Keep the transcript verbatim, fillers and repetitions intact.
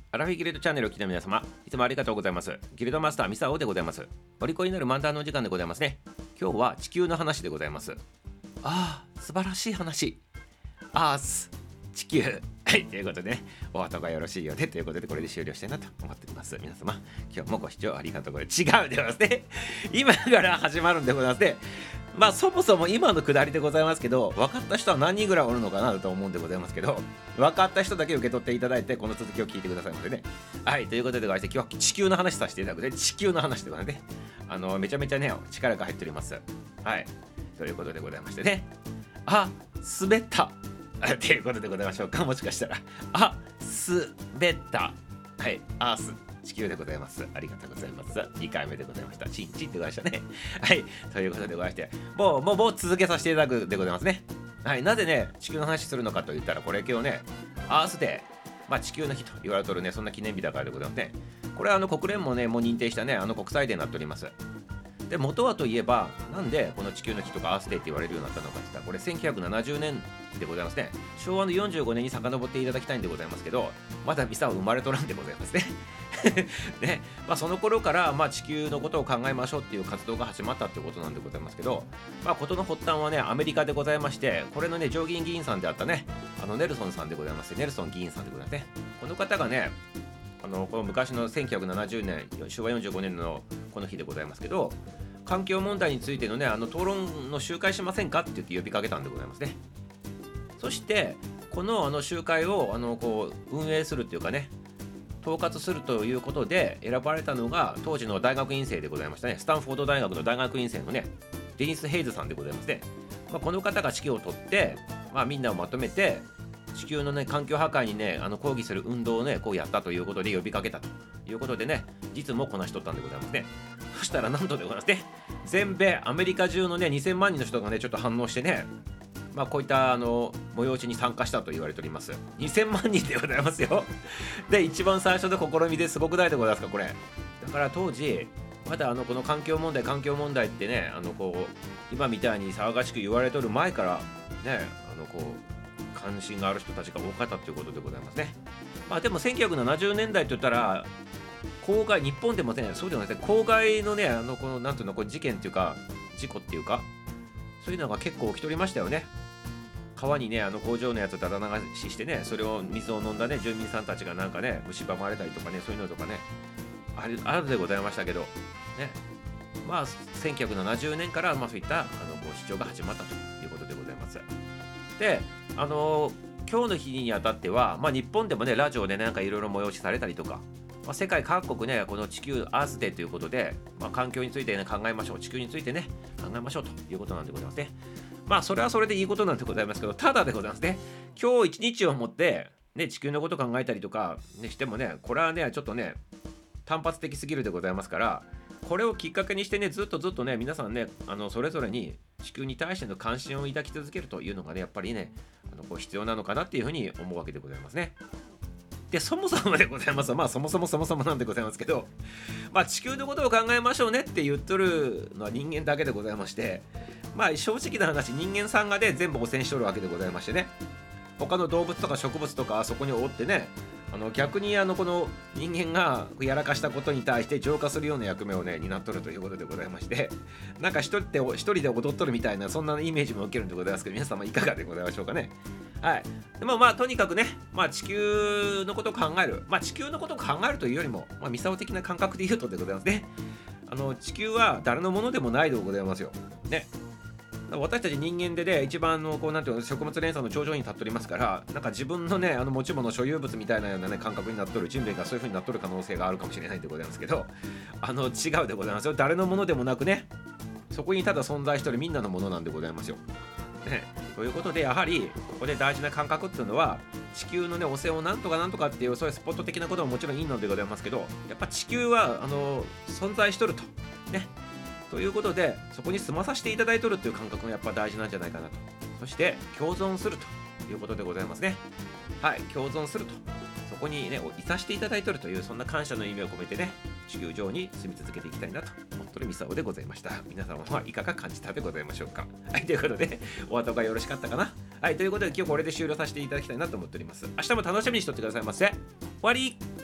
アラフィギルドチャンネルをお聞きの皆様、いつもありがとうございます。ギルドマスターミサオでございます。お利口になる漫談の時間でございますね。今日は地球の話でございます。ああ、素晴らしい話。アース、地球。はい、ということでね、お後がよろしいようでということで、これで終了したいなと思っております。皆様、今日もご視聴ありがとうございます。違うでございますね。今から始まるんでございますね。まあそもそも今のくだりでございますけど、分かった人は何人ぐらいおるのかなと思うんでございますけど、分かった人だけ受け取っていただいて、この続きを聞いてくださいまでね。はい、ということでございまして、今日は地球の話させていただくで、地球の話でございますね。あのめちゃめちゃね、力が入っております。はい、ということでございましてね。あ、滑った。ということでございましょうか。もしかしたら、あ、滑った。はい、アース。地球でございます。ありがとうございます。にかいめでございました。チンチンってございましたね。はい。ということでございまして、もう、もう、もう続けさせていただくでございますね。はい。なぜね、地球の話するのかと言ったら、これ今日ね、アースデー、まあ地球の日と言われておるね、そんな記念日だからでございますね。これはあの国連もね、もう認定したね、あの国際デーになっております。で、元はといえば、なんでこの地球の日とかアースデーって言われるようになったのかって言ったら、これせんきゅうひゃくななじゅうねんでございますね。昭和のよんじゅうごねんに遡っていただきたいんでございますけど、まだミサは生まれとらんでございますね。ね、まあ、その頃から、まあ、地球のことを考えましょうっていう活動が始まったってことなんでございますけど、まあ、事の発端はね、アメリカでございまして、これのね、上院議員さんであったね、あのネルソンさんでございまして、ネルソン議員さんでございますね。この方がね、あのこの昔のせんきゅうひゃくななじゅうねん、昭和よんじゅうごねんのこの日でございますけど、環境問題についてのね、あの討論の集会しませんかって言って呼びかけたんでございますね。そして、このあの集会をあのこう運営するっていうかね、統括するということで選ばれたのが当時の大学院生でございましたね。スタンフォード大学の大学院生のね、デニス・ヘイズさんでございますね。まあ、この方が指揮を取って、まあ、みんなをまとめて地球のね、環境破壊にね、あの抗議する運動をね、こうやったということで呼びかけたということでね、実もこなしとったんでございますね。そしたらなんとでございますね、全米アメリカ中のね、にせんまんにんの人がね、ちょっと反応してね、まあ、こういったあの催しに参加したと言われております。にせんまんにんでございますよ。で、一番最初の試みですごくないでございますか、これ。だから当時、まだあのこの環境問題、環境問題ってね、あのこう今みたいに騒がしく言われておる前から、ね、あのこう関心がある人たちが多かったということでございますね。まあ、でもせんきゅうひゃくななじゅうねんだいと言ったら、公害、日本でもね、そうではなくて、公害のね、あのこのなんていうの、こう事件っていうか、事故っていうか、そういうのが結構起きておりましたよね。川にね、あの工場のやつをだだ流ししてね、それを水を飲んだね、住民さんたちがなんかね、蝕まれたりとかね、そういうのとかね、あるあるでございましたけど、ね、まあ、せんきゅうひゃくななじゅうねんから、まあ、そういったあのこう主張が始まったということでございます。で、あのー、今日の日にあたっては、まあ、日本でもね、ラジオでね、なんかいろいろ催しされたりとか、まあ、世界各国ね、この地球アースデーということで、まあ、環境について、ね、考えましょう、地球についてね、考えましょうということなんでございますね。まあそれはそれでいいことなんでございますけど、ただでございますね、今日一日をもって、ね、地球のこと考えたりとか、ね、してもね、これはね、ちょっとね、単発的すぎるでございますから、これをきっかけにしてね、ずっとずっとね、皆さんね、あのそれぞれに地球に対しての関心を抱き続けるというのがね、やっぱりね、あのこう必要なのかなっていうふうに思うわけでございますね。で、そもそもでございます。まあそもそもそもそもなんでございますけど、まあ地球のことを考えましょうねって言っとるのは人間だけでございまして、まあ正直な話、人間さんがね、全部汚染しとるわけでございましてね、他の動物とか植物とかそこに追ってね、あの逆にあのこの人間がやらかしたことに対して浄化するような役目をね、担っとるということでございまして、なんか一人で一人で踊っとるみたいな、そんなイメージも受けるんでございますけど、皆様いかがでございましょうかね。はい。でもまあとにかくね、まあ地球のことを考える、まあ地球のことを考えるというよりも、まあミサオ的な感覚で言うとでございますね。あの地球は誰のものでもないでございますよ。ね。私たち人間でね、一番のこうなんていうの、食物連鎖の頂上に立っておりますから、なんか自分のね、あの持ち物所有物みたいなようなね、感覚になっとる、人類がそういう風になっとる可能性があるかもしれないでございますけど、あの違うでございますよ。誰のものでもなくね、そこにただ存在しておるみんなのものなんでございますよ。ね、ということで、やはりここで大事な感覚っていうのは、地球のね、汚染をなんとかなんとかっていう、そういうスポット的なことももちろんいいのでございますけど、やっぱ地球はあの存在しとるとね。ということで、そこに住まさせていただいとるっていう感覚がやっぱ大事なんじゃないかなと。そして共存するということでございますね。はい、共存すると、そこにね、いさせていただいとるという、そんな感謝の意味を込めてね、地球上に住み続けていきたいなと思ってるミサオでございました。皆様はいかが感じたでございましょうか。はい、ということで、お後がよろしかったかな。はい、ということで今日これで終了させていただきたいなと思っております。明日も楽しみにしとってくださいませ。終わり。